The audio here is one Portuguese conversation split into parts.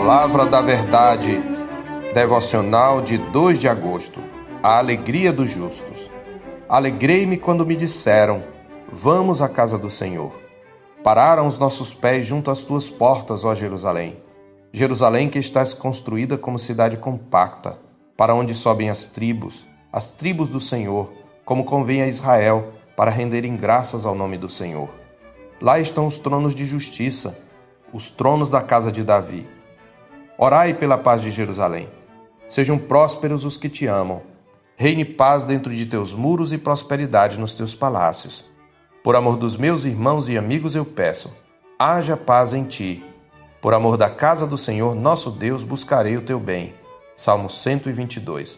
Palavra da Verdade, devocional de 2 de agosto. A alegria dos justos. Alegrei-me quando me disseram: vamos à casa do Senhor. Pararam os nossos pés junto às tuas portas, ó Jerusalém. Jerusalém, que estás construída como cidade compacta, para onde sobem as tribos do Senhor, como convém a Israel, para renderem graças ao nome do Senhor. Lá estão os tronos de justiça, os tronos da casa de Davi. Orai pela paz de Jerusalém. Sejam prósperos os que te amam. Reine paz dentro de teus muros e prosperidade nos teus palácios. Por amor dos meus irmãos e amigos eu peço, haja paz em ti. Por amor da casa do Senhor, nosso Deus, buscarei o teu bem. Salmo 122.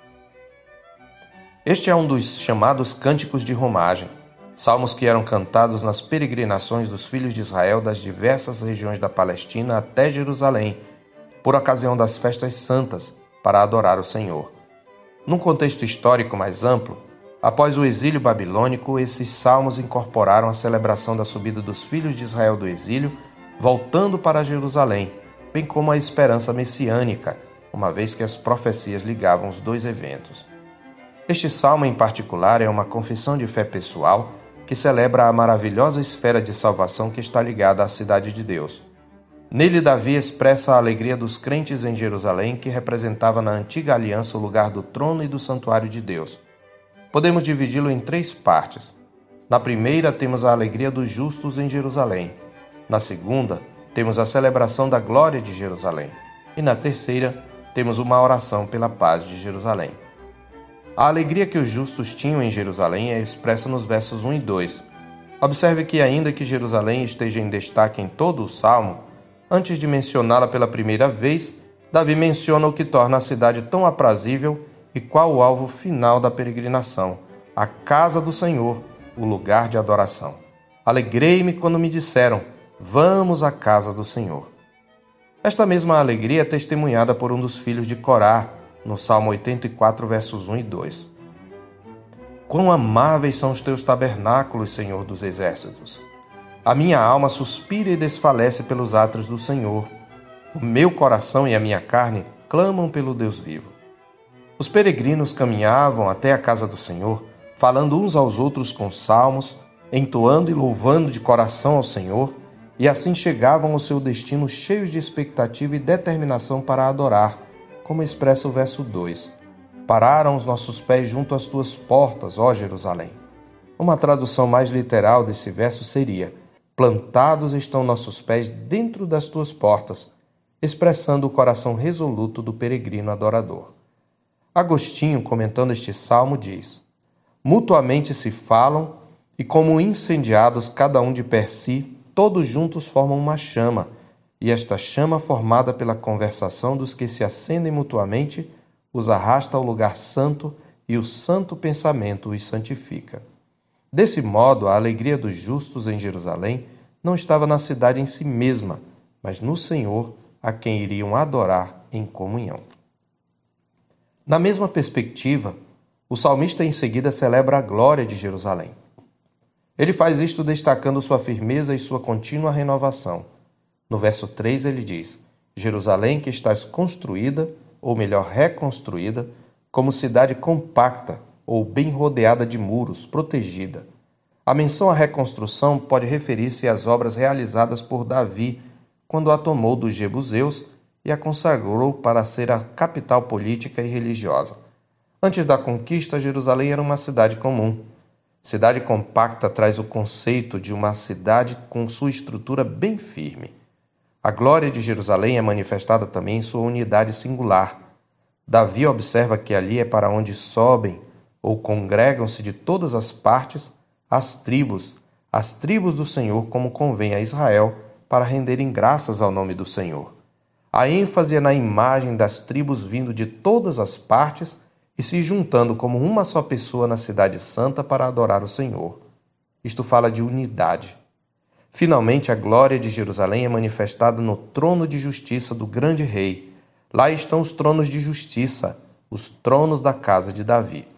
Este é um dos chamados cânticos de romagem, salmos que eram cantados nas peregrinações dos filhos de Israel das diversas regiões da Palestina até Jerusalém, por ocasião das festas santas, para adorar o Senhor. Num contexto histórico mais amplo, após o exílio babilônico, esses salmos incorporaram a celebração da subida dos filhos de Israel do exílio, voltando para Jerusalém, bem como a esperança messiânica, uma vez que as profecias ligavam os dois eventos. Este salmo em particular é uma confissão de fé pessoal que celebra a maravilhosa esfera de salvação que está ligada à cidade de Deus. Nele, Davi expressa a alegria dos crentes em Jerusalém, que representava na antiga aliança o lugar do trono e do santuário de Deus. Podemos dividi-lo em 3 partes. Na primeira, temos a alegria dos justos em Jerusalém. Na segunda, temos a celebração da glória de Jerusalém. E na terceira, temos uma oração pela paz de Jerusalém. A alegria que os justos tinham em Jerusalém é expressa nos versos 1 e 2. Observe que, ainda que Jerusalém esteja em destaque em todo o salmo, antes de mencioná-la pela primeira vez, Davi menciona o que torna a cidade tão aprazível e qual o alvo final da peregrinação: a casa do Senhor, o lugar de adoração. Alegrei-me quando me disseram: vamos à casa do Senhor. Esta mesma alegria é testemunhada por um dos filhos de Corá, no Salmo 84, versos 1 e 2. Quão amáveis são os teus tabernáculos, Senhor dos exércitos! A minha alma suspira e desfalece pelos átrios do Senhor. O meu coração e a minha carne clamam pelo Deus vivo. Os peregrinos caminhavam até a casa do Senhor, falando uns aos outros com salmos, entoando e louvando de coração ao Senhor, e assim chegavam ao seu destino cheios de expectativa e determinação para adorar, como expressa o verso 2. Pararam os nossos pés junto às tuas portas, ó Jerusalém. Uma tradução mais literal desse verso seria: plantados estão nossos pés dentro das tuas portas, expressando o coração resoluto do peregrino adorador. Agostinho, comentando este salmo, diz: mutuamente se falam, e como incendiados cada um de per si, todos juntos formam uma chama, e esta chama, formada pela conversação dos que se acendem mutuamente, os arrasta ao lugar santo, e o santo pensamento os santifica. Desse modo, a alegria dos justos em Jerusalém não estava na cidade em si mesma, mas no Senhor, a quem iriam adorar em comunhão. Na mesma perspectiva, o salmista em seguida celebra a glória de Jerusalém. Ele faz isto destacando sua firmeza e sua contínua renovação. No verso 3 ele diz: Jerusalém, que estás construída, ou melhor, reconstruída, como cidade compacta, ou bem rodeada de muros, protegida. A menção à reconstrução pode referir-se às obras realizadas por Davi, quando a tomou dos jebuseus e a consagrou para ser a capital política e religiosa. Antes da conquista, Jerusalém era uma cidade comum. Cidade compacta traz o conceito de uma cidade com sua estrutura bem firme. A glória de Jerusalém é manifestada também em sua unidade singular. Davi observa que ali é para onde sobem ou congregam-se de todas as partes as tribos do Senhor, como convém a Israel, para renderem graças ao nome do Senhor. A ênfase é na imagem das tribos vindo de todas as partes e se juntando como uma só pessoa na cidade santa para adorar o Senhor. Isto fala de unidade. Finalmente, a glória de Jerusalém é manifestada no trono de justiça do grande rei. Lá estão os tronos de justiça, os tronos da casa de Davi.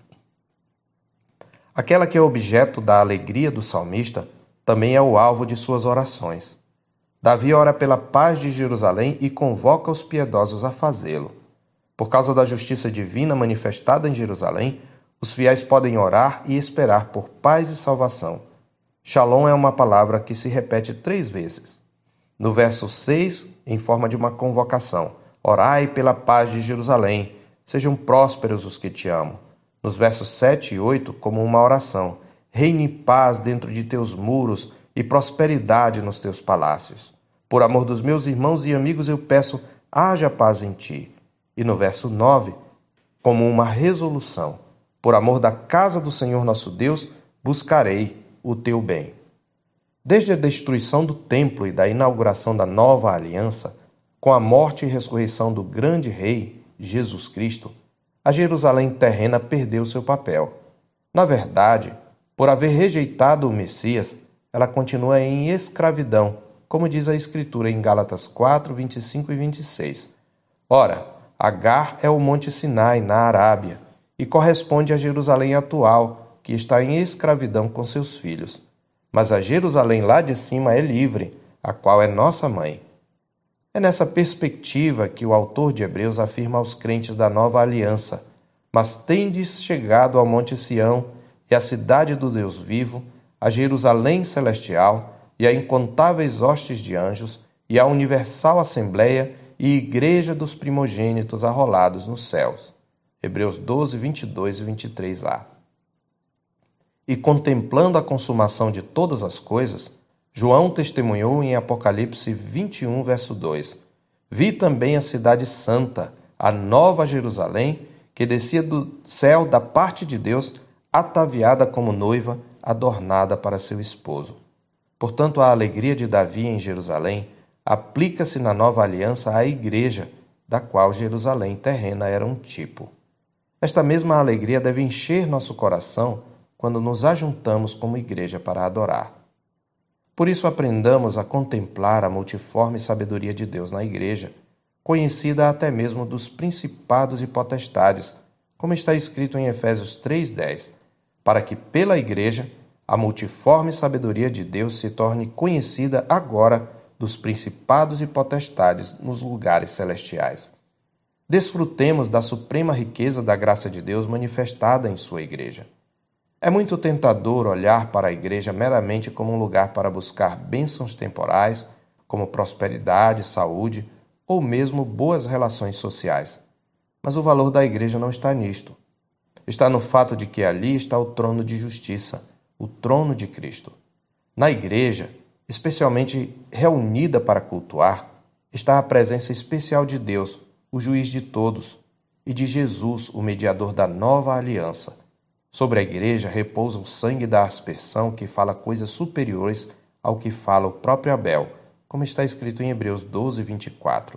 Aquela que é objeto da alegria do salmista também é o alvo de suas orações. Davi ora pela paz de Jerusalém e convoca os piedosos a fazê-lo. Por causa da justiça divina manifestada em Jerusalém, os fiéis podem orar e esperar por paz e salvação. Shalom é uma palavra que se repete 3 vezes. No verso 6, em forma de uma convocação: orai pela paz de Jerusalém, sejam prósperos os que te amam. Nos versos 7 e 8, como uma oração: reine paz dentro de teus muros e prosperidade nos teus palácios. Por amor dos meus irmãos e amigos eu peço, haja paz em ti. E no verso 9, como uma resolução: por amor da casa do Senhor nosso Deus, buscarei o teu bem. Desde a destruição do templo e da inauguração da nova aliança, com a morte e ressurreição do grande rei, Jesus Cristo, a Jerusalém terrena perdeu seu papel. Na verdade, por haver rejeitado o Messias, ela continua em escravidão, como diz a Escritura em Gálatas 4, 25 e 26. Ora, Agar é o Monte Sinai, na Arábia, e corresponde à Jerusalém atual, que está em escravidão com seus filhos. Mas a Jerusalém lá de cima é livre, a qual é nossa mãe. É nessa perspectiva que o autor de Hebreus afirma aos crentes da nova aliança: mas tendes chegado ao Monte Sião e à cidade do Deus vivo, a Jerusalém celestial e a incontáveis hostes de anjos e a universal assembleia e igreja dos primogênitos arrolados nos céus. Hebreus 12, 22 e 23a. E contemplando a consumação de todas as coisas, João testemunhou em Apocalipse 21, verso 2: vi também a cidade santa, a nova Jerusalém, que descia do céu da parte de Deus, ataviada como noiva, adornada para seu esposo. Portanto, a alegria de Davi em Jerusalém aplica-se na nova aliança à igreja, da qual Jerusalém terrena era um tipo. Esta mesma alegria deve encher nosso coração quando nos ajuntamos como igreja para adorar. Por isso, aprendamos a contemplar a multiforme sabedoria de Deus na igreja, conhecida até mesmo dos principados e potestades, como está escrito em Efésios 3:10, para que pela igreja a multiforme sabedoria de Deus se torne conhecida agora dos principados e potestades nos lugares celestiais. Desfrutemos da suprema riqueza da graça de Deus manifestada em sua igreja. É muito tentador olhar para a igreja meramente como um lugar para buscar bênçãos temporais, como prosperidade, saúde ou mesmo boas relações sociais. Mas o valor da igreja não está nisto. Está no fato de que ali está o trono de justiça, o trono de Cristo. Na igreja, especialmente reunida para cultuar, está a presença especial de Deus, o juiz de todos, e de Jesus, o mediador da nova aliança. Sobre a igreja repousa o sangue da aspersão que fala coisas superiores ao que fala o próprio Abel, como está escrito em Hebreus 12, 24.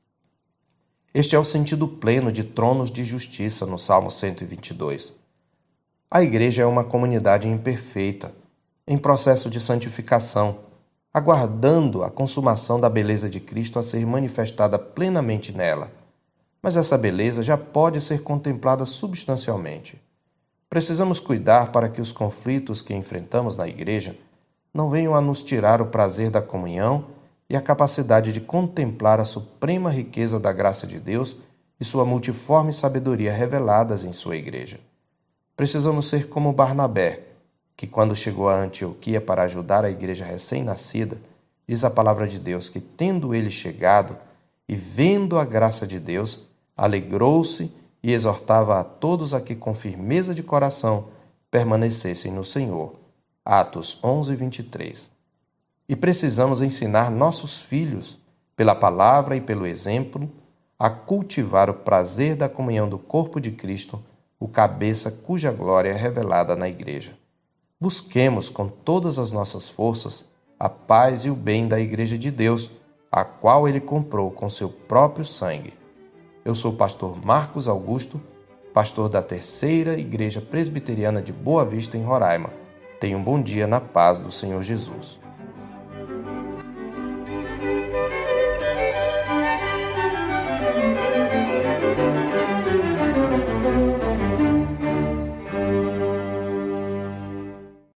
Este é o sentido pleno de tronos de justiça no Salmo 122. A igreja é uma comunidade imperfeita, em processo de santificação, aguardando a consumação da beleza de Cristo a ser manifestada plenamente nela. Mas essa beleza já pode ser contemplada substancialmente. Precisamos cuidar para que os conflitos que enfrentamos na igreja não venham a nos tirar o prazer da comunhão e a capacidade de contemplar a suprema riqueza da graça de Deus e sua multiforme sabedoria reveladas em sua igreja. Precisamos ser como Barnabé, que quando chegou a Antioquia para ajudar a igreja recém-nascida, diz a palavra de Deus que, tendo ele chegado e vendo a graça de Deus, alegrou-se e exortava a todos a que com firmeza de coração permanecessem no Senhor. Atos 11, 23. E precisamos ensinar nossos filhos, pela palavra e pelo exemplo, a cultivar o prazer da comunhão do corpo de Cristo, o cabeça cuja glória é revelada na igreja. Busquemos com todas as nossas forças a paz e o bem da igreja de Deus, a qual ele comprou com seu próprio sangue. Eu sou o pastor Marcos Augusto, pastor da Terceira Igreja Presbiteriana de Boa Vista, em Roraima. Tenha um bom dia na paz do Senhor Jesus.